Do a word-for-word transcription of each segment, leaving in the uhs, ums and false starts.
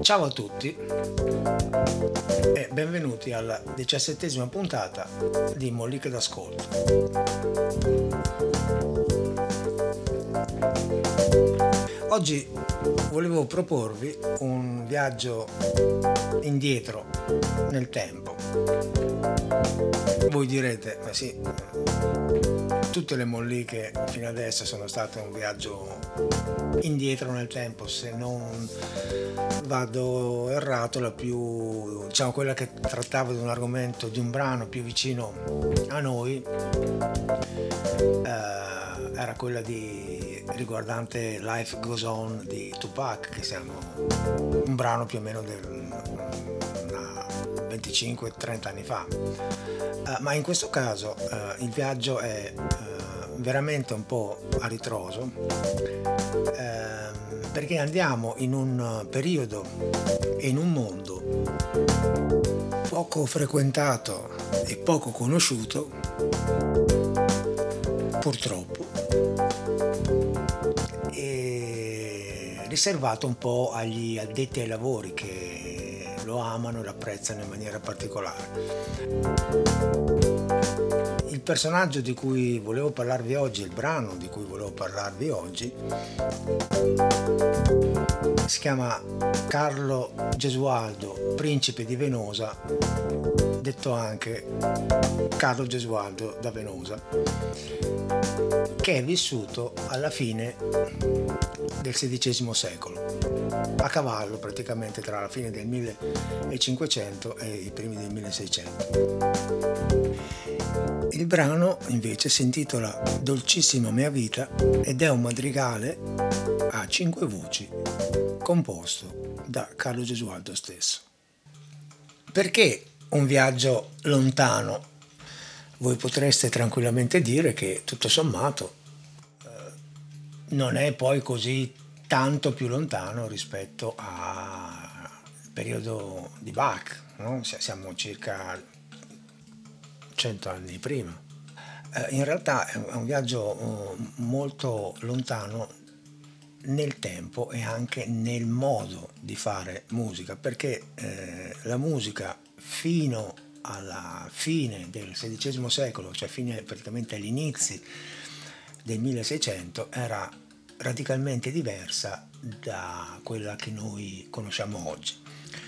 Ciao a tutti e benvenuti alla diciassettesima puntata di Molliche d'Ascolto. Oggi volevo proporvi un viaggio indietro nel tempo. Voi direte, ma sì, tutte le molliche fino adesso sono state un viaggio indietro nel tempo, se non vado errato la più, diciamo, quella che trattava di un argomento, di un brano più vicino a noi, eh, era quella di riguardante Life Goes On di Tupac, che siamo un brano più o meno del venticinque trenta anni fa, uh, ma in questo caso uh, il viaggio è uh, veramente un po' a ritroso, uh, perché andiamo in un periodo e in un mondo poco frequentato e poco conosciuto, purtroppo, e riservato un po' agli addetti ai lavori che lo amano e lo apprezzano in maniera particolare. Il personaggio di cui volevo parlarvi oggi, il brano di cui volevo parlarvi oggi, si chiama Carlo Gesualdo, principe di Venosa, detto anche Carlo Gesualdo da Venosa, che è vissuto alla fine del sedicesimo secolo, a cavallo praticamente tra la fine del millecinquecento e i primi del milleseicento. Il brano invece si intitola Dolcissima mia vita ed è un madrigale a cinque voci composto da Carlo Gesualdo stesso. Perché un viaggio lontano? Voi potreste tranquillamente dire che tutto sommato eh, non è poi così tanto più lontano rispetto al periodo di Bach, no? Siamo circa cento anni prima. Eh, in realtà è un viaggio eh, molto lontano nel tempo e anche nel modo di fare musica, perché eh, la musica fino alla fine del sedicesimo secolo, cioè fine praticamente agli inizi del milleseicento, era radicalmente diversa da quella che noi conosciamo oggi.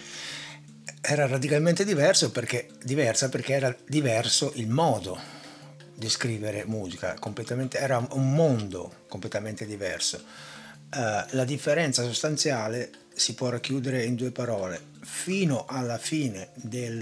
Era radicalmente diverso perché, diversa perché era diverso il modo di scrivere musica, completamente, era un mondo completamente diverso. Uh, la differenza sostanziale si può racchiudere in due parole. Fino alla fine del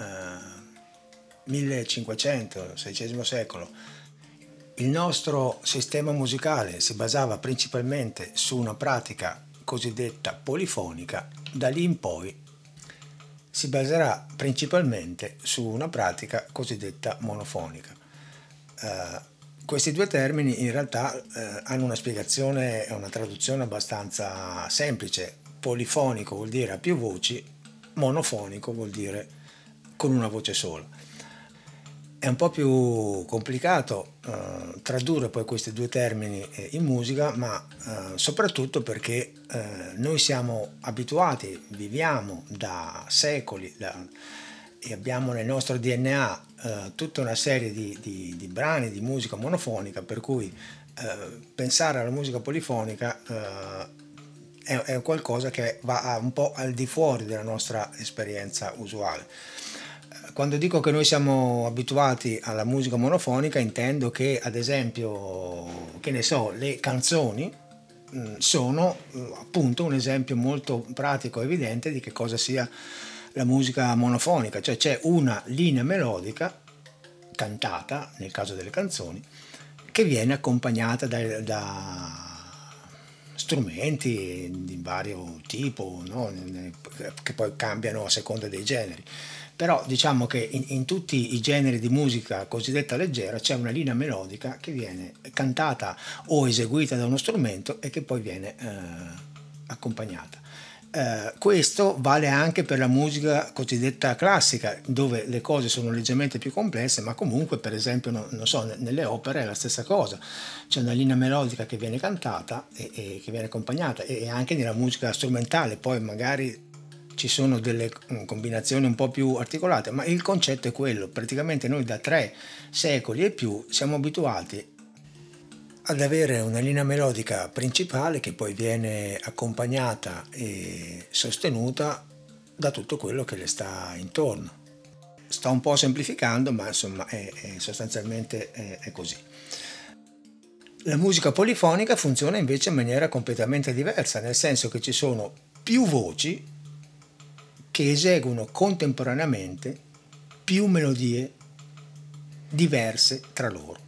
uh, millecinquecento, sedicesimo secolo, il nostro sistema musicale si basava principalmente su una pratica cosiddetta polifonica. Da lì in poi si baserà principalmente su una pratica cosiddetta monofonica. Uh, questi due termini in realtà uh, hanno una spiegazione e una traduzione abbastanza semplice. Polifonico vuol dire a più voci, monofonico vuol dire con una voce sola. È un po' più complicato uh, tradurre poi questi due termini eh, in musica, ma uh, soprattutto perché uh, noi siamo abituati, viviamo da secoli da, e abbiamo nel nostro D N A uh, tutta una serie di, di, di brani di musica monofonica, per cui uh, pensare alla musica polifonica uh, è, è qualcosa che va un po' al di fuori della nostra esperienza usuale. Quando dico che noi siamo abituati alla musica monofonica, intendo che, ad esempio, che ne so, le canzoni mh, sono mh, appunto un esempio molto pratico e evidente di che cosa sia la musica monofonica, cioè c'è una linea melodica cantata, nel caso delle canzoni, che viene accompagnata da, da strumenti di vario tipo, no? Che poi cambiano a seconda dei generi. Però diciamo che in, in tutti i generi di musica cosiddetta leggera c'è una linea melodica che viene cantata o eseguita da uno strumento e che poi viene eh, accompagnata. Eh, questo vale anche per la musica cosiddetta classica, dove le cose sono leggermente più complesse, ma comunque, per esempio, non, non so, nelle opere è la stessa cosa. C'è una linea melodica che viene cantata e, e che viene accompagnata, e anche nella musica strumentale poi magari ci sono delle combinazioni un po' più articolate, ma il concetto è quello. Praticamente noi da tre secoli e più siamo abituati ad avere una linea melodica principale che poi viene accompagnata e sostenuta da tutto quello che le sta intorno. Sto un po' semplificando, ma insomma è, è sostanzialmente è, è così. La musica polifonica funziona invece in maniera completamente diversa, nel senso che ci sono più voci che eseguono contemporaneamente più melodie diverse tra loro.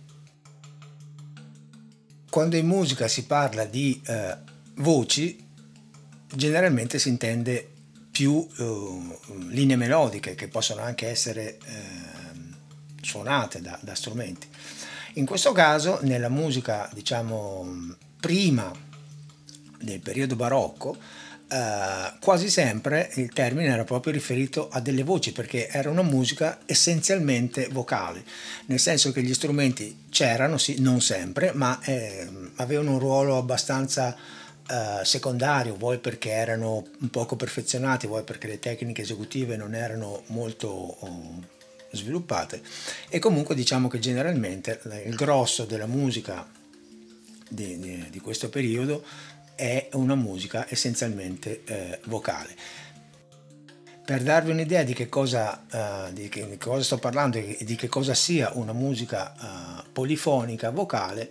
Quando in musica si parla di eh, voci, generalmente si intende più eh, linee melodiche che possono anche essere eh, suonate da, da strumenti. In questo caso, nella musica, diciamo, prima del periodo barocco, eh, quasi sempre il termine era proprio riferito a delle voci, perché era una musica essenzialmente vocale, nel senso che gli strumenti c'erano, sì, non sempre, ma eh, avevano un ruolo abbastanza eh, secondario, vuoi perché erano un poco perfezionati, vuoi perché le tecniche esecutive non erano molto oh, sviluppate, e comunque diciamo che generalmente il grosso della musica di, di, di questo periodo è una musica essenzialmente eh, vocale. Per darvi un'idea di che cosa, uh, di che, di cosa sto parlando e di che cosa sia una musica uh, polifonica vocale,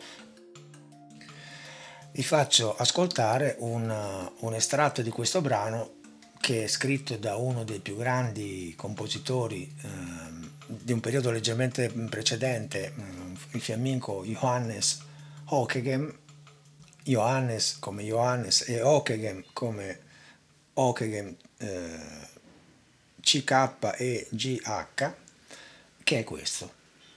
vi faccio ascoltare un, uh, un estratto di questo brano, che è scritto da uno dei più grandi compositori uh, di un periodo leggermente precedente, uh, il fiammingo Johannes Ockeghem. Johannes come Johannes e Ockeghem come Ockeghem, eh, C K E G H, che è questo.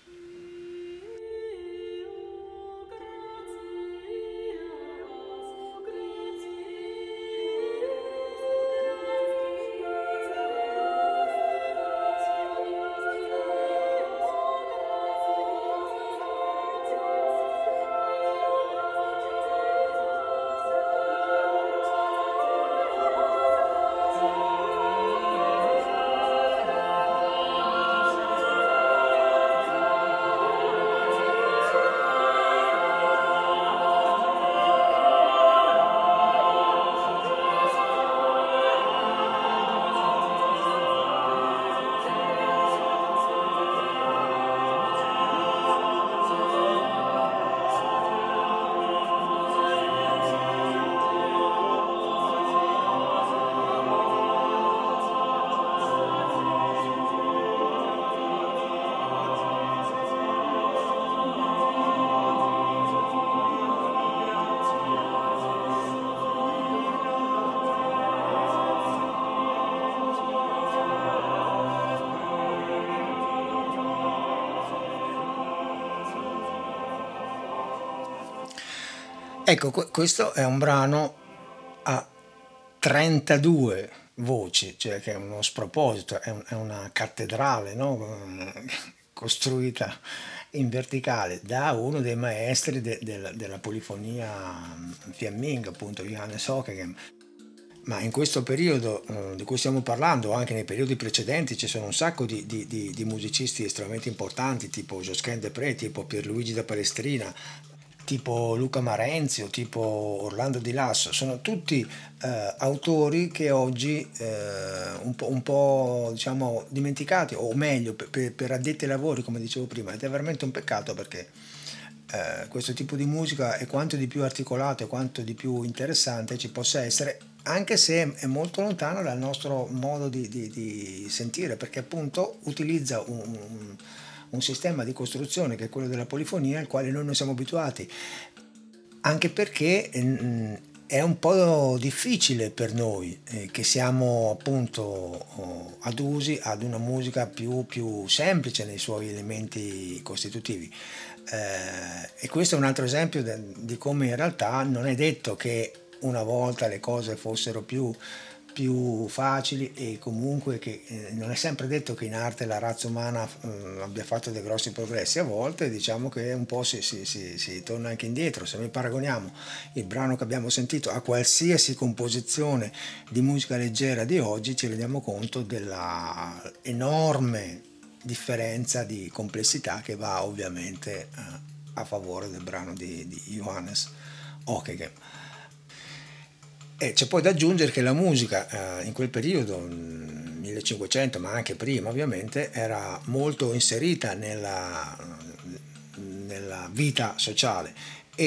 Ecco, questo è un brano a trentadue voci, cioè che è uno sproposito, è, un, è una cattedrale, no? Costruita in verticale da uno dei maestri de, de, della polifonia fiamminga, appunto Johannes Ockeghem. Ma in questo periodo eh, di cui stiamo parlando, anche nei periodi precedenti, ci sono un sacco di, di, di, di musicisti estremamente importanti, tipo Josquin des Prez, tipo Pierluigi da Palestrina, tipo Luca Marenzio, tipo Orlando Di Lasso. Sono tutti eh, autori che oggi eh, un po', un po' diciamo dimenticati, o meglio per, per addetti ai lavori, come dicevo prima, ed è veramente un peccato, perché eh, questo tipo di musica è quanto di più articolato e quanto di più interessante ci possa essere, anche se è molto lontano dal nostro modo di, di, di sentire, perché appunto utilizza un, un un sistema di costruzione che è quello della polifonia, al quale noi non siamo abituati, anche perché mh, è un po' difficile per noi eh, che siamo appunto oh, adusi ad una musica più, più semplice nei suoi elementi costitutivi, eh, e questo è un altro esempio de, di come in realtà non è detto che una volta le cose fossero più più facili, e comunque che eh, non è sempre detto che in arte la razza umana eh, abbia fatto dei grossi progressi. A volte diciamo che un po' si, si, si, si torna anche indietro. Se noi paragoniamo il brano che abbiamo sentito a qualsiasi composizione di musica leggera di oggi, ci rendiamo conto della enorme differenza di complessità che va ovviamente eh, a favore del brano di, di Johannes Ockeghem. E c'è poi da aggiungere che la musica eh, in quel periodo, millecinquecento, ma anche prima ovviamente, era molto inserita nella, nella vita sociale. E,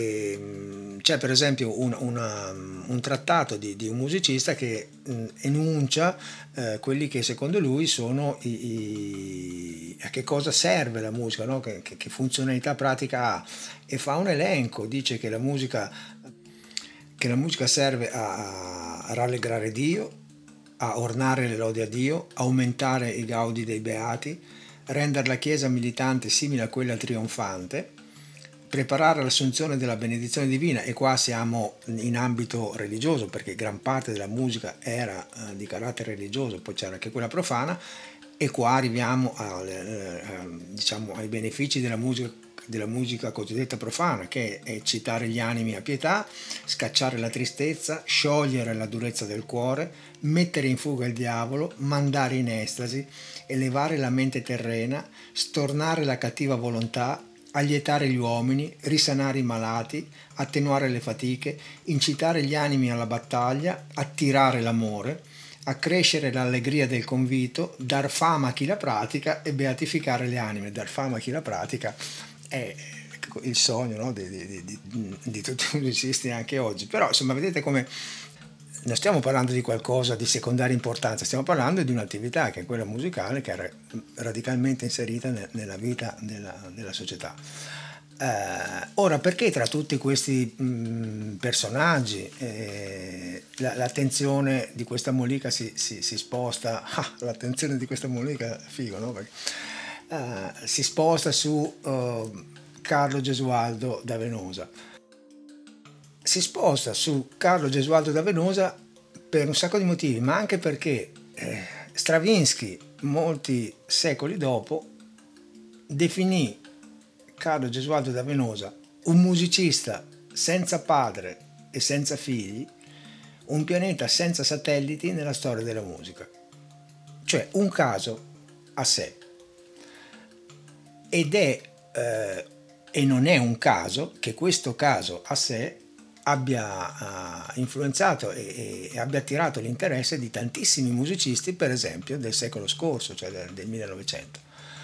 e c'è per esempio un, una, un trattato di, di un musicista che mh, enuncia eh, quelli che secondo lui sono i, i, a che cosa serve la musica, no? che, che, che funzionalità pratica ha, e fa un elenco. Dice che la musica che la musica serve a, a rallegrare Dio, a ornare le lodi a Dio, aumentare i gaudi dei beati, rendere la Chiesa militante simile a quella trionfante, preparare l'assunzione della benedizione divina. E qua siamo in ambito religioso, perché gran parte della musica era eh, di carattere religioso, poi c'era anche quella profana, e qua arriviamo a, eh, diciamo, ai benefici della musica della musica cosiddetta profana, che è eccitare gli animi a pietà, scacciare la tristezza, sciogliere la durezza del cuore, mettere in fuga il diavolo, mandare in estasi, elevare la mente terrena, stornare la cattiva volontà, allietare gli uomini, risanare i malati, attenuare le fatiche, incitare gli animi alla battaglia, attirare l'amore, accrescere l'allegria del convito, dar fama a chi la pratica e beatificare le anime. Dar fama a chi la pratica è il sogno, no? di, di, di, di tutti i musicisti anche oggi. Però insomma, vedete come non stiamo parlando di qualcosa di secondaria importanza, stiamo parlando di un'attività che è quella musicale, che era radicalmente inserita ne, nella vita della, della società. Eh, ora, perché tra tutti questi mh, personaggi eh, la, l'attenzione di questa mollica si, si, si sposta, ah, l'attenzione di questa mollica, figo, no? Perché, Uh, si sposta su uh, Carlo Gesualdo da Venosa. Si sposta su Carlo Gesualdo da Venosa per un sacco di motivi, ma anche perché eh, Stravinsky, molti secoli dopo, definì Carlo Gesualdo da Venosa un musicista senza padre e senza figli, un pianeta senza satelliti nella storia della musica, cioè un caso a sé. Ed è, eh, e non è un caso, che questo caso a sé abbia uh, influenzato e, e abbia attirato l'interesse di tantissimi musicisti, per esempio del secolo scorso, cioè del, del millenovecento.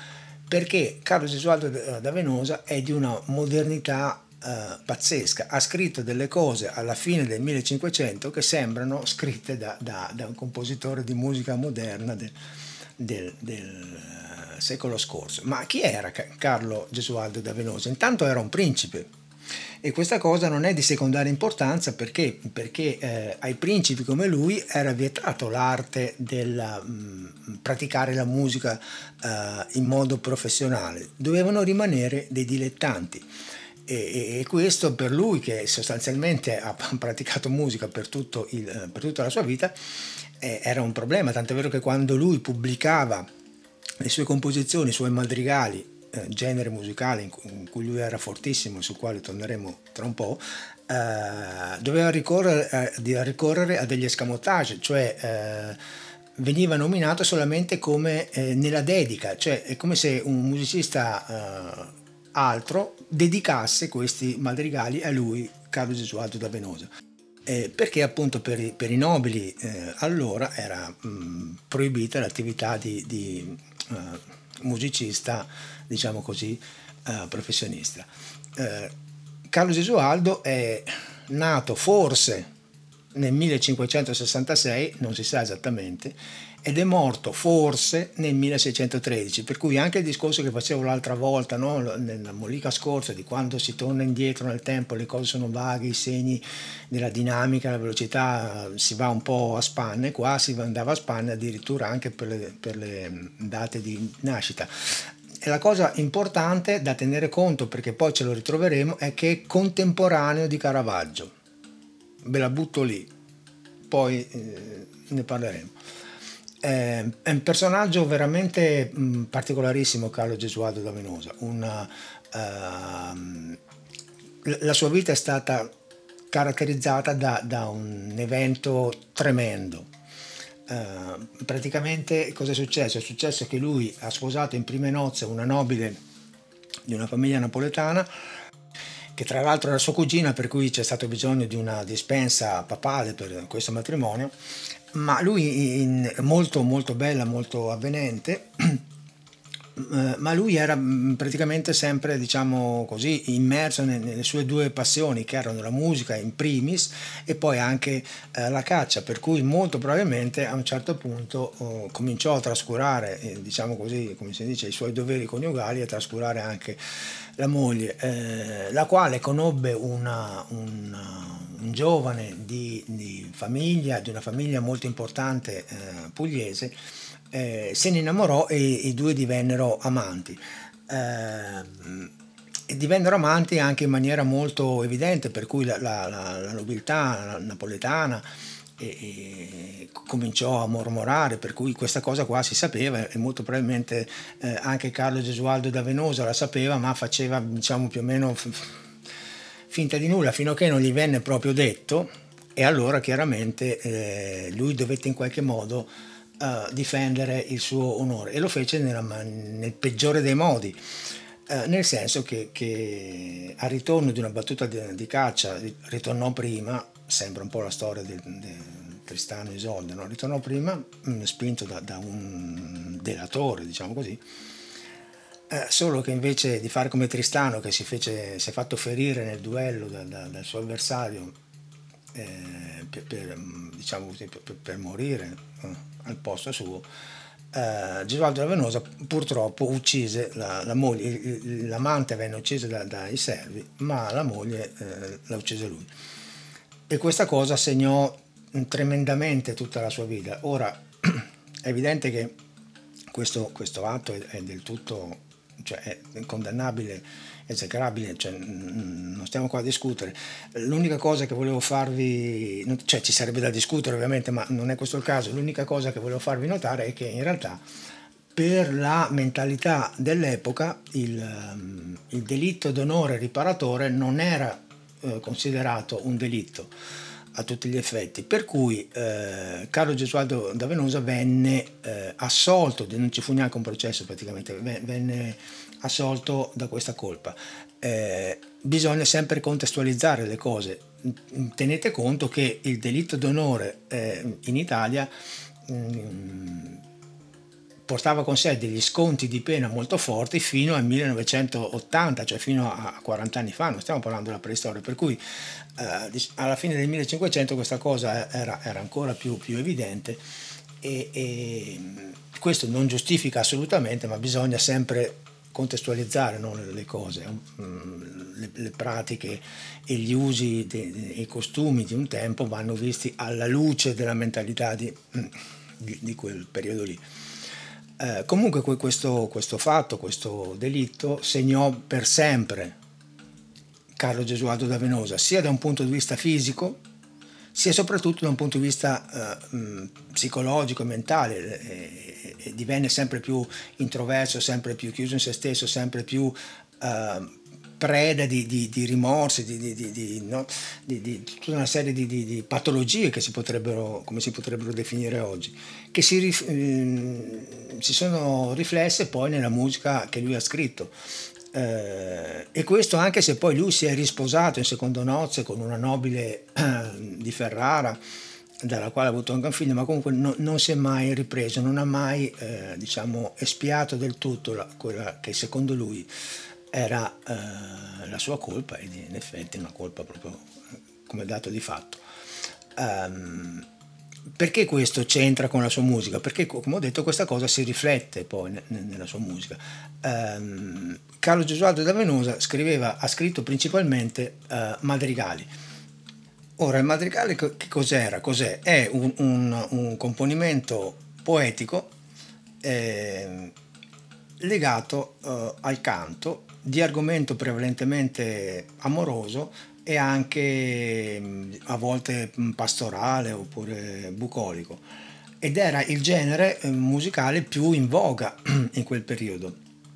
Perché Carlo Gesualdo da Venosa è di una modernità uh, pazzesca. Ha scritto delle cose alla fine del millecinquecento che sembrano scritte da, da, da un compositore di musica moderna del, del, del secolo scorso. Ma chi era Carlo Gesualdo da Venosa? Intanto era un principe, e questa cosa non è di secondaria importanza perché, perché eh, ai principi come lui era vietato l'arte del mh, praticare la musica eh, in modo professionale, dovevano rimanere dei dilettanti. E, e questo per lui, che sostanzialmente ha praticato musica per, tutto il, per tutta la sua vita, eh, era un problema, tant'è vero che quando lui pubblicava le sue composizioni, i suoi madrigali, eh, genere musicale in cui, in cui lui era fortissimo, su quale torneremo tra un po', eh, doveva ricorrere, eh, ricorrere a degli escamotage, cioè eh, veniva nominato solamente come eh, nella dedica, cioè è come se un musicista eh, altro dedicasse questi madrigali a lui, Carlo Gesualdo da Venosa. Eh, perché appunto per i, per i nobili eh, allora era mh, proibita l'attività di, di uh, musicista, diciamo così, uh, professionista. Eh, Carlo Gesualdo è nato forse nel millecinquecentosessantasei, non si sa esattamente, ed è morto forse nel milleseicentotredici, per cui anche il discorso che facevo l'altra volta, no, nella mollica scorsa, di quando si torna indietro nel tempo, le cose sono vaghe, i segni della dinamica, la velocità, si va un po' a spanne, qua si andava a spanne addirittura anche per le, per le date di nascita. E la cosa importante da tenere conto, perché poi ce lo ritroveremo, è che è contemporaneo di Caravaggio. Ve la butto lì. poi eh, ne parleremo. Eh, è un personaggio veramente mh, particolarissimo, Carlo Gesualdo da Venosa. Una, uh, la sua vita è stata caratterizzata da, da un evento tremendo. Uh, praticamente cosa è successo? È successo che lui ha sposato in prime nozze una nobile di una famiglia napoletana, che tra l'altro era sua cugina, per cui c'è stato bisogno di una dispensa papale per questo matrimonio, ma lui in, molto molto bella, molto avvenente, ma lui era praticamente sempre, diciamo così, immerso nelle sue due passioni, che erano la musica in primis e poi anche eh, la caccia, per cui molto probabilmente a un certo punto oh, cominciò a trascurare, eh, diciamo così, come si dice, i suoi doveri coniugali, e a trascurare anche la moglie, eh, la quale conobbe una, una, un giovane di, di famiglia, di una famiglia molto importante eh, pugliese. Eh, se ne innamorò e i due divennero amanti. Eh, e divennero amanti anche in maniera molto evidente, per cui la, la, la, la nobiltà napoletana e, e cominciò a mormorare, per cui questa cosa qua si sapeva, e molto probabilmente eh, anche Carlo Gesualdo da Venosa la sapeva, ma faceva, diciamo, più o meno f- finta di nulla, fino a che non gli venne proprio detto, e allora chiaramente eh, lui dovette in qualche modo Uh, difendere il suo onore, e lo fece nella, nel peggiore dei modi, uh, nel senso che, che al ritorno di una battuta di, di caccia ritornò prima, sembra un po' la storia di Tristano e Isolde, no? Ritornò prima mh, spinto da, da un delatore, diciamo così, uh, solo che invece di fare come Tristano, che si, fece, si è fatto ferire nel duello da, da, dal suo avversario eh, per, per, diciamo così, per, per morire eh, al posto suo, eh, Gesualdo da Venosa purtroppo uccise la, la moglie, l'amante venne uccisa da, dai servi, ma la moglie eh, la uccise lui, e questa cosa segnò tremendamente tutta la sua vita. Ora è evidente che questo, questo atto è, è del tutto, cioè è condannabile, esecrabile, cioè non stiamo qua a discutere. L'unica cosa che volevo farvi, cioè ci sarebbe da discutere ovviamente, ma non è questo il caso, l'unica cosa che volevo farvi notare è che in realtà per la mentalità dell'epoca il, il delitto d'onore riparatore non era eh, considerato un delitto a tutti gli effetti, per cui eh, Carlo Gesualdo da Venosa venne eh, assolto, non ci fu neanche un processo praticamente, venne assolto da questa colpa. Eh, bisogna sempre contestualizzare le cose. Tenete conto che il delitto d'onore eh, in Italia mh, portava con sé degli sconti di pena molto forti fino al millenovecentottanta, cioè fino a quaranta anni fa, non stiamo parlando della preistoria, per cui eh, alla fine del millecinquecento questa cosa era, era ancora più, più evidente, e, e questo non giustifica assolutamente, ma bisogna sempre contestualizzare, no, le cose, le, le pratiche e gli usi e i costumi di un tempo vanno visti alla luce della mentalità di, di, di quel periodo lì. Eh, comunque questo, questo fatto, questo delitto segnò per sempre Carlo Gesualdo da Venosa, sia da un punto di vista fisico, sia soprattutto da un punto di vista eh, mh, psicologico e mentale, e, e divenne sempre più introverso, sempre più chiuso in se stesso, sempre più eh, preda di, di, di rimorsi, di, di, di, di, no? di, di tutta una serie di, di, di patologie che si potrebbero, come si potrebbero definire oggi, che si, eh, si sono riflesse poi nella musica che lui ha scritto. Eh, e questo anche se poi lui si è risposato in secondo nozze con una nobile eh, di Ferrara, dalla quale ha avuto anche un figlio, ma comunque no, non si è mai ripreso, non ha mai eh, diciamo espiato del tutto la, quella che secondo lui era eh, la sua colpa, ed in effetti è una colpa proprio come dato di fatto. Um, perché questo c'entra con la sua musica? Perché, come ho detto, questa cosa si riflette poi ne, nella sua musica. Um, Carlo Gesualdo da Venosa scriveva, ha scritto principalmente uh, madrigali. Ora, il madrigale che cos'era? Cos'è? È un, un, un componimento poetico eh, legato uh, al canto, di argomento prevalentemente amoroso, e anche mh, a volte mh, pastorale oppure bucolico, ed era il genere eh, musicale più in voga in quel periodo.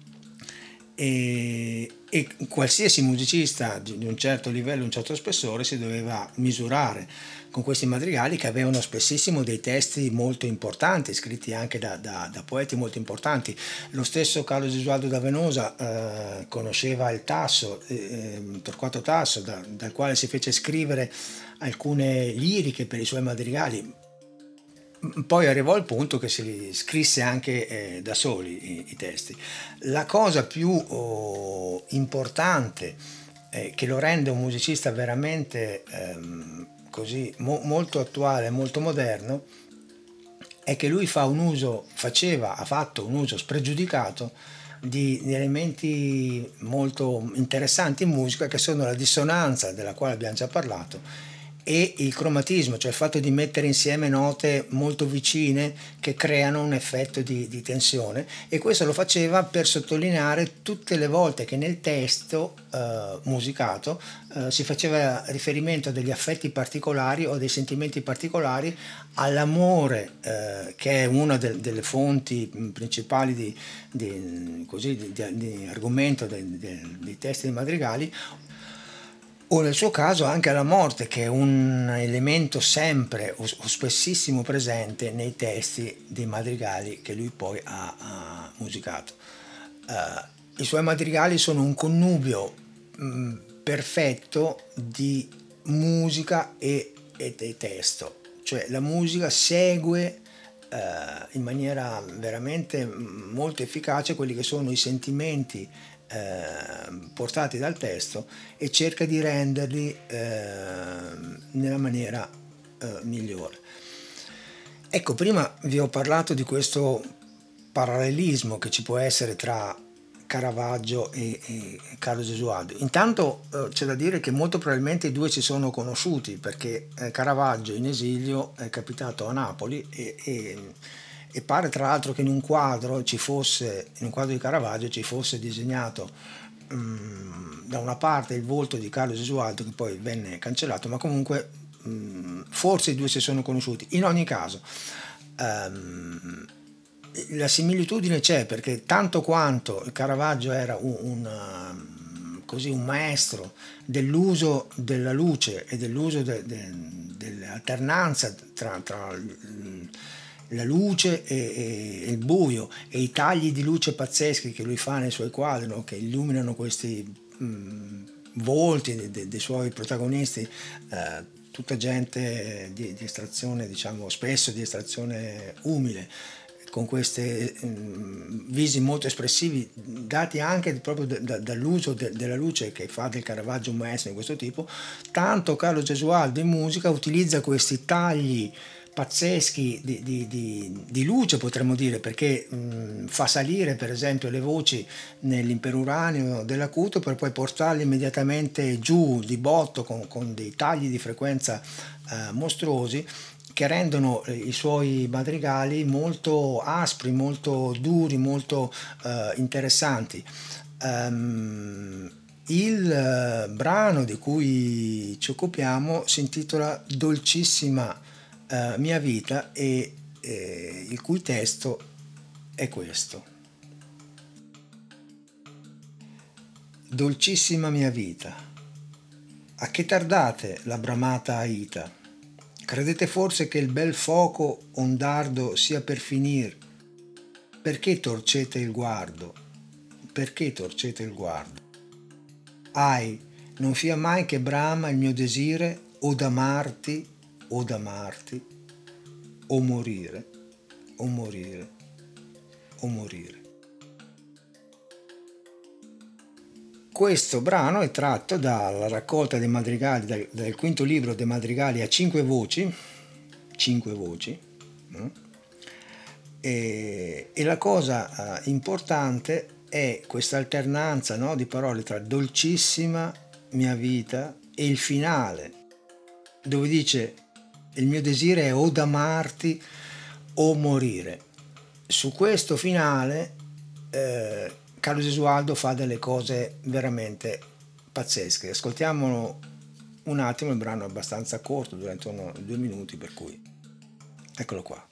E, e qualsiasi musicista di di un certo livello, un certo spessore, si doveva misurare con questi madrigali, che avevano spessissimo dei testi molto importanti, scritti anche da, da- da poeti molto importanti. Lo stesso Carlo Gesualdo da Venosa eh, conosceva il Tasso, eh, eh, Torquato Tasso, da- dal quale si fece scrivere alcune liriche per i suoi madrigali. Poi arrivò al punto che si scrisse anche eh, da soli i, i testi. La cosa più oh, importante eh, che lo rende un musicista veramente ehm, così mo- molto attuale, molto moderno, è che lui fa un uso, faceva, ha fatto un uso spregiudicato di, di elementi molto interessanti in musica, che sono la dissonanza, della quale abbiamo già parlato, e il cromatismo, cioè il fatto di mettere insieme note molto vicine che creano un effetto di, di tensione, e questo lo faceva per sottolineare tutte le volte che nel testo eh, musicato eh, si faceva riferimento a degli affetti particolari o dei sentimenti particolari, all'amore eh, che è una de- delle fonti principali di, di, così, di, di, di argomento dei, dei, dei testi dei madrigali, o nel suo caso anche alla morte, che è un elemento sempre o o spessissimo presente nei testi dei madrigali che lui poi ha, ha musicato. Eh, I suoi madrigali sono un connubio mh, perfetto di musica e, e, e testo, cioè la musica segue eh, in maniera veramente molto efficace quelli che sono i sentimenti eh, portati dal testo, e cerca di renderli eh, nella maniera eh, migliore. Ecco, prima vi ho parlato di questo parallelismo che ci può essere tra Caravaggio e, e Carlo Gesualdo. Intanto eh, c'è da dire che molto probabilmente i due si sono conosciuti, perché eh, Caravaggio in esilio è capitato a Napoli e, e, e pare tra l'altro che in un quadro ci fosse, in un quadro di Caravaggio ci fosse disegnato mh, da una parte il volto di Carlo Gesualdo, che poi venne cancellato, ma comunque mh, forse i due si sono conosciuti. In ogni caso ehm, la similitudine c'è, perché tanto quanto Caravaggio era un, un, così, un maestro dell'uso della luce e dell'uso de, de, dell'alternanza tra, tra la luce e, e il buio, e i tagli di luce pazzeschi che lui fa nei suoi quadri, no? Che illuminano questi mh, volti dei, dei, dei suoi protagonisti, eh, tutta gente di, di estrazione, diciamo, spesso di estrazione umile, con questi visi molto espressivi, dati anche proprio da, dall'uso de, della luce che fa del Caravaggio un maestro di questo tipo. Tanto Carlo Gesualdo in musica utilizza questi tagli pazzeschi di, di, di, di luce, potremmo dire, perché mh, fa salire per esempio le voci nell'imperuranio dell'acuto per poi portarle immediatamente giù di botto con, con dei tagli di frequenza eh, mostruosi, che rendono i suoi madrigali molto aspri, molto duri, molto eh, interessanti. Um, il eh, brano di cui ci occupiamo si intitola Dolcissima eh, mia vita, e eh, il cui testo è questo. Dolcissima mia vita, a che tardate la bramata aita? Credete forse che il bel foco ondardo sia per finir? Perché torcete il guardo? Perché torcete il guardo? Ahi, non fia mai che brama il mio desire o d'amarti, o d'amarti, o morire, o morire, o morire. Questo brano è tratto dalla raccolta dei madrigali, dal, dal quinto libro dei madrigali a cinque voci, cinque voci, no? e, e la cosa uh, importante è questa alternanza, no, di parole tra dolcissima mia vita e il finale, dove dice il mio desiderio è o d'amarti o morire. Su questo finale eh, Carlo Gesualdo fa delle cose veramente pazzesche. Ascoltiamolo un attimo, il brano è abbastanza corto, dura intorno a due minuti, per cui eccolo qua.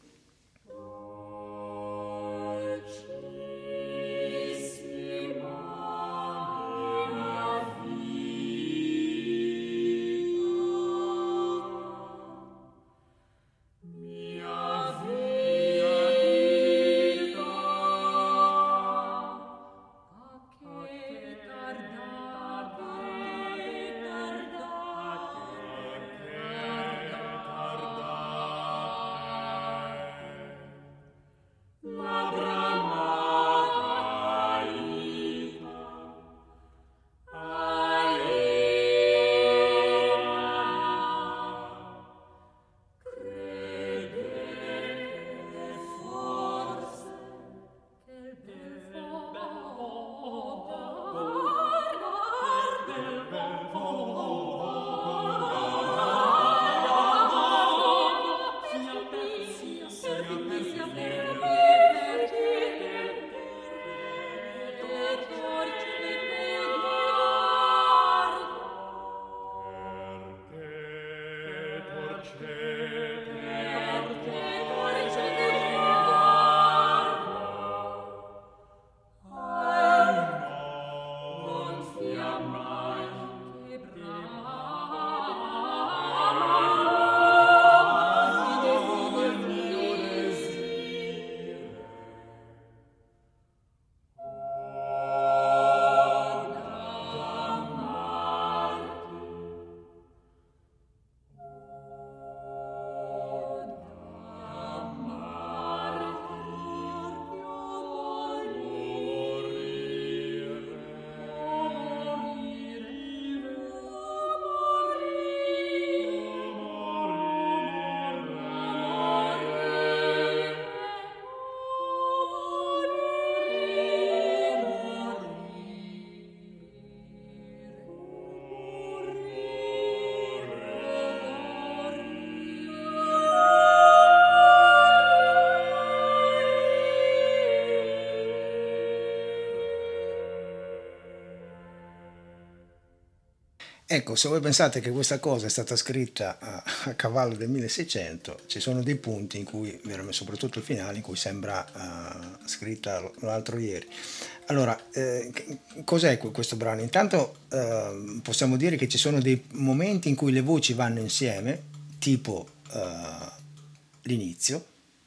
Ecco, se voi pensate che questa cosa è stata scritta a, a cavallo del milleseicento, ci sono dei punti in cui, soprattutto il finale, in cui sembra uh, scritta l'altro ieri. Allora, eh, cos'è questo brano? Intanto uh, possiamo dire che ci sono dei momenti in cui le voci vanno insieme, tipo uh, l'inizio.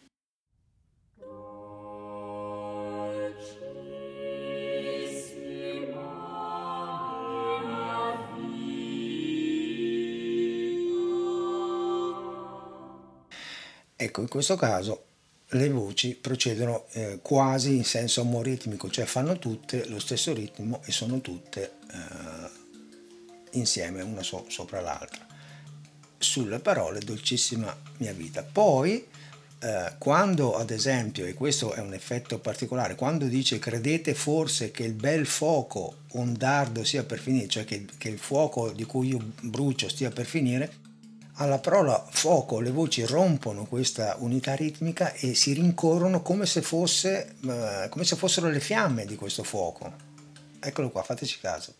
Ecco, in questo caso le voci procedono eh, quasi in senso amoritmico, cioè fanno tutte lo stesso ritmo e sono tutte eh, insieme, una so- sopra l'altra. Sulle parole dolcissima mia vita. Poi, eh, quando ad esempio, e questo è un effetto particolare, quando dice credete forse che il bel fuoco ondardo sia per finire, cioè che, che il fuoco di cui io brucio stia per finire, alla parola fuoco le voci rompono questa unità ritmica e si rincorrono come se, fosse, eh, come se fossero le fiamme di questo fuoco. Eccolo qua, fateci caso.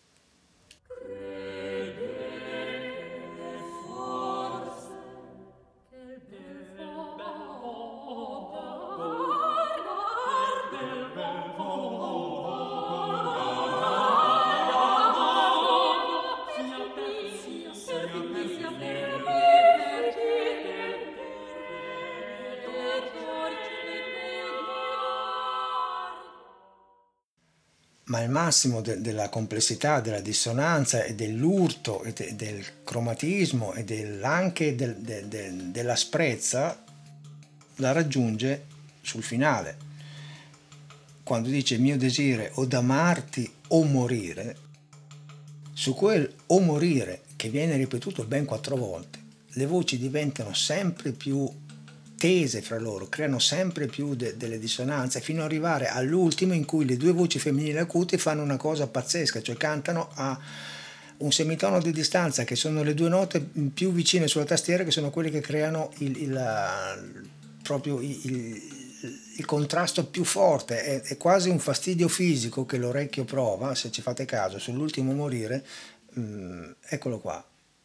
Ma il massimo de- della complessità, della dissonanza e dell'urto e de- del cromatismo e del- anche del- de- de- dell'asprezza la raggiunge sul finale, quando dice mio desire o d'amarti o morire. Su quel o morire, che viene ripetuto ben quattro volte, le voci diventano sempre più tese fra loro, creano sempre più de- delle dissonanze, fino ad arrivare all'ultimo in cui le due voci femminili acuti fanno una cosa pazzesca, cioè cantano a un semitono di distanza, che sono le due note più vicine sulla tastiera, che sono quelle che creano il, il, proprio il, il, il contrasto più forte. È, è quasi un fastidio fisico che l'orecchio prova, se ci fate caso, sull'ultimo morire. Mh, eccolo qua.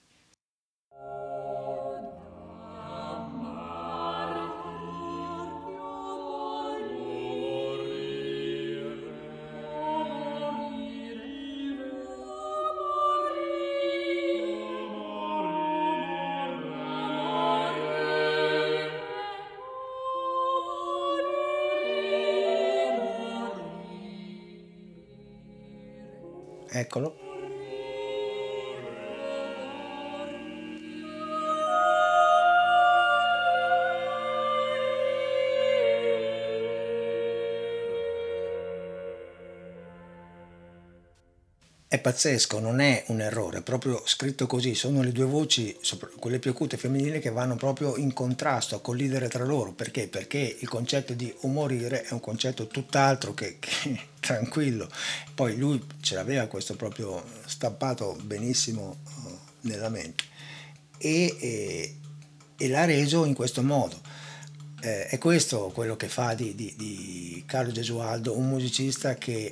Eccolo. È pazzesco, non è un errore, è proprio scritto così, sono le due voci, quelle più acute femminili, che vanno proprio in contrasto, a collidere tra loro. Perché? Perché il concetto di o morire è un concetto tutt'altro che, che tranquillo. Poi lui ce l'aveva questo proprio stampato benissimo uh, nella mente e, e, e l'ha reso in questo modo. Eh, è questo quello che fa di, di, di Carlo Gesualdo un musicista che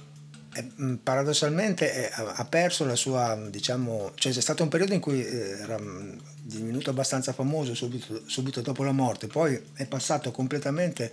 paradossalmente ha perso la sua, diciamo, cioè c'è stato un periodo in cui era divenuto abbastanza famoso subito, subito dopo la morte, poi è passato completamente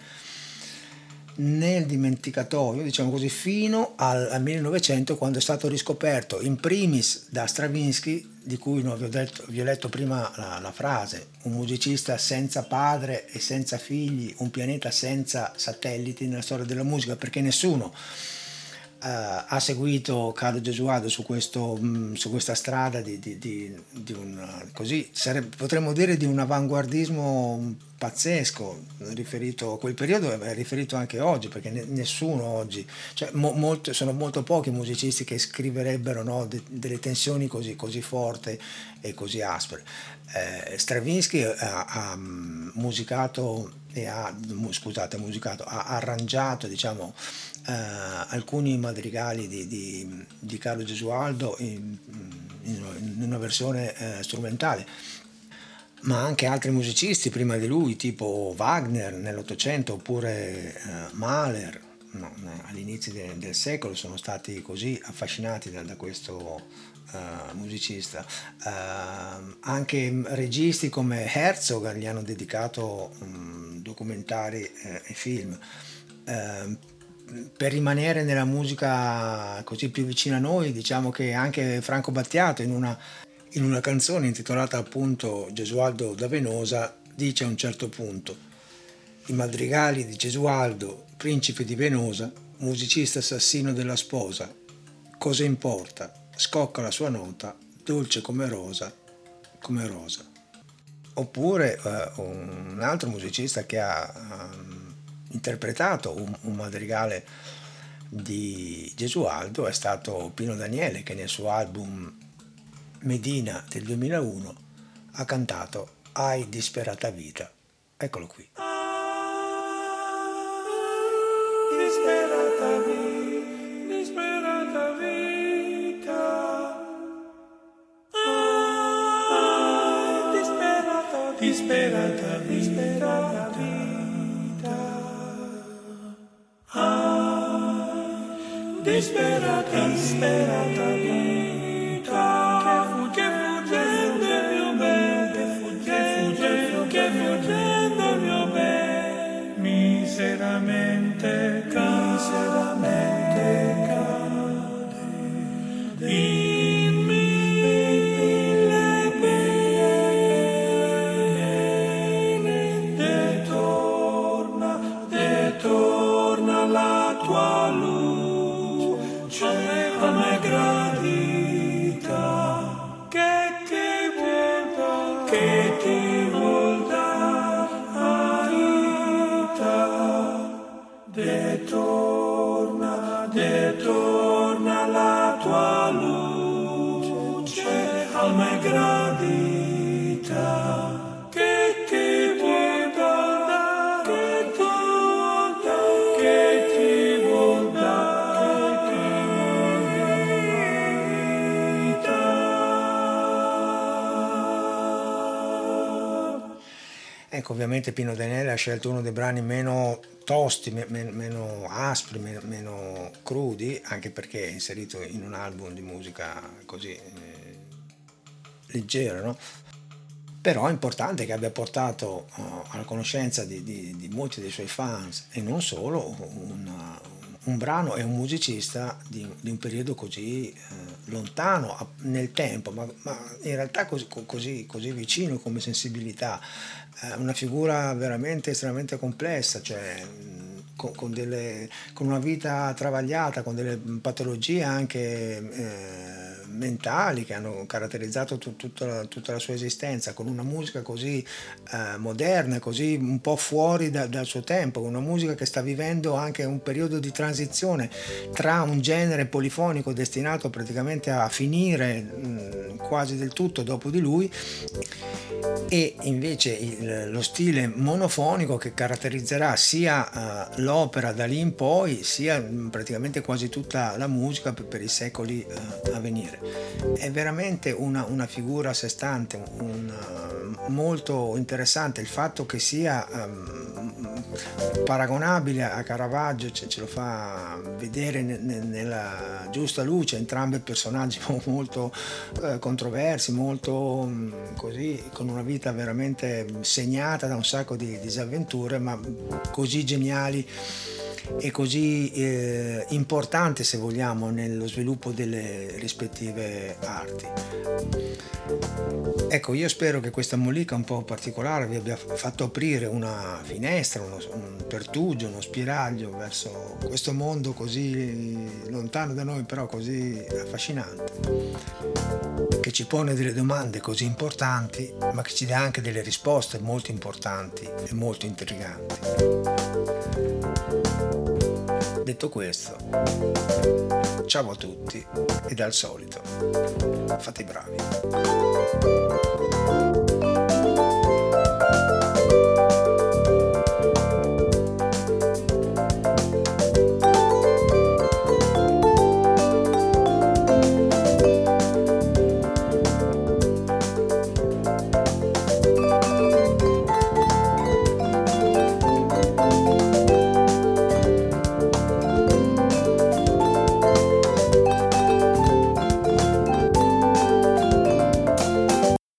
nel dimenticatoio, diciamo così, fino al, al millenovecento, quando è stato riscoperto in primis da Stravinsky, di cui no, vi, ho detto, vi ho letto prima la, la frase, un musicista senza padre e senza figli, un pianeta senza satelliti nella storia della musica, perché nessuno Uh, ha seguito Carlo Gesualdo su, questo, mh, su questa strada di, di, di, di un, così, sarebbe, potremmo dire di un avanguardismo pazzesco riferito a quel periodo, è riferito anche oggi, perché ne, nessuno oggi, cioè, mo, molto, sono molto pochi musicisti che scriverebbero, no, de, delle tensioni così, così forti e così aspre. Eh, Stravinsky ha, ha musicato e ha, scusate, musicato, ha arrangiato, diciamo, Uh, alcuni madrigali di, di, di Carlo Gesualdo in, in, in una versione uh, strumentale, ma anche altri musicisti prima di lui, tipo Wagner nell'Ottocento, oppure uh, Mahler, no, all'inizio de, del secolo, sono stati così affascinati da, da questo uh, musicista. Uh, anche registi come Herzog gli hanno dedicato um, documentari uh, e film. Uh, Per rimanere nella musica così più vicina a noi, diciamo che anche Franco Battiato in una, in una canzone intitolata appunto Gesualdo da Venosa dice a un certo punto: i madrigali di Gesualdo, principe di Venosa, musicista assassino della sposa, cosa importa? Scocca la sua nota, dolce come rosa, come rosa. Oppure uh, un altro musicista che ha um, interpretato un, un madrigale di Gesualdo è stato Pino Daniele, che nel suo album Medina del duemilauno ha cantato Ai disperata vita. Eccolo qui. Disperata vita, disperata vita, ah, disperata, disperata, disperata vita, ah, disperata, disperata vita, che fugge, fuggendo il mio bene, che fugge, fuggendo, che fuggendo il mio bene, miseramente cade, miseramente cade, in mille pene, detorna, detorna la tua luce a me gradita, che ti vuol dar, che ti vuol dar vita, detorna, detorna la tua luce a me gradita, che ti vuol dar, che ti vuol dar, che ti vuol dar, che ti vuol dar. Ecco, ovviamente Pino Daniele ha scelto uno dei brani meno tosti, me, me, meno aspri, me, meno crudi, anche perché è inserito in un album di musica così eh, leggera, no? Però è importante che abbia portato uh, alla conoscenza di, di, di molti dei suoi fans, e non solo, una, un brano e un musicista di, di un periodo così eh, lontano a, nel tempo, ma, ma in realtà così, così, così vicino come sensibilità, eh, una figura veramente estremamente complessa, cioè con, con, delle, con una vita travagliata, con delle patologie anche eh, mentali che hanno caratterizzato tut, tutta, la, tutta la sua esistenza, con una musica così eh, moderna, così un po' fuori da, dal suo tempo, una musica che sta vivendo anche un periodo di transizione tra un genere polifonico destinato praticamente a finire mh, quasi del tutto dopo di lui, e invece il, lo stile monofonico che caratterizzerà sia uh, l'opera da lì in poi, sia praticamente quasi tutta la musica per, per i secoli uh, a venire. È veramente una, una figura a sé stante, un, uh, molto interessante il fatto che sia um, paragonabile a Caravaggio, ce, ce lo fa vedere ne, ne, nella giusta luce, entrambi personaggi molto uh, controversi, molto um, così, con una vita veramente segnata da un sacco di disavventure, ma così geniali e così eh, importanti, se vogliamo, nello sviluppo delle rispettive arti. Ecco, io spero che questa mollica un po' particolare vi abbia fatto aprire una finestra, uno, un pertugio, uno spiraglio verso questo mondo così lontano da noi, però così affascinante, che ci pone delle domande così importanti, ma che ci dà anche delle risposte molto importanti e molto intriganti. Detto questo, ciao a tutti e dal solito, fate i bravi.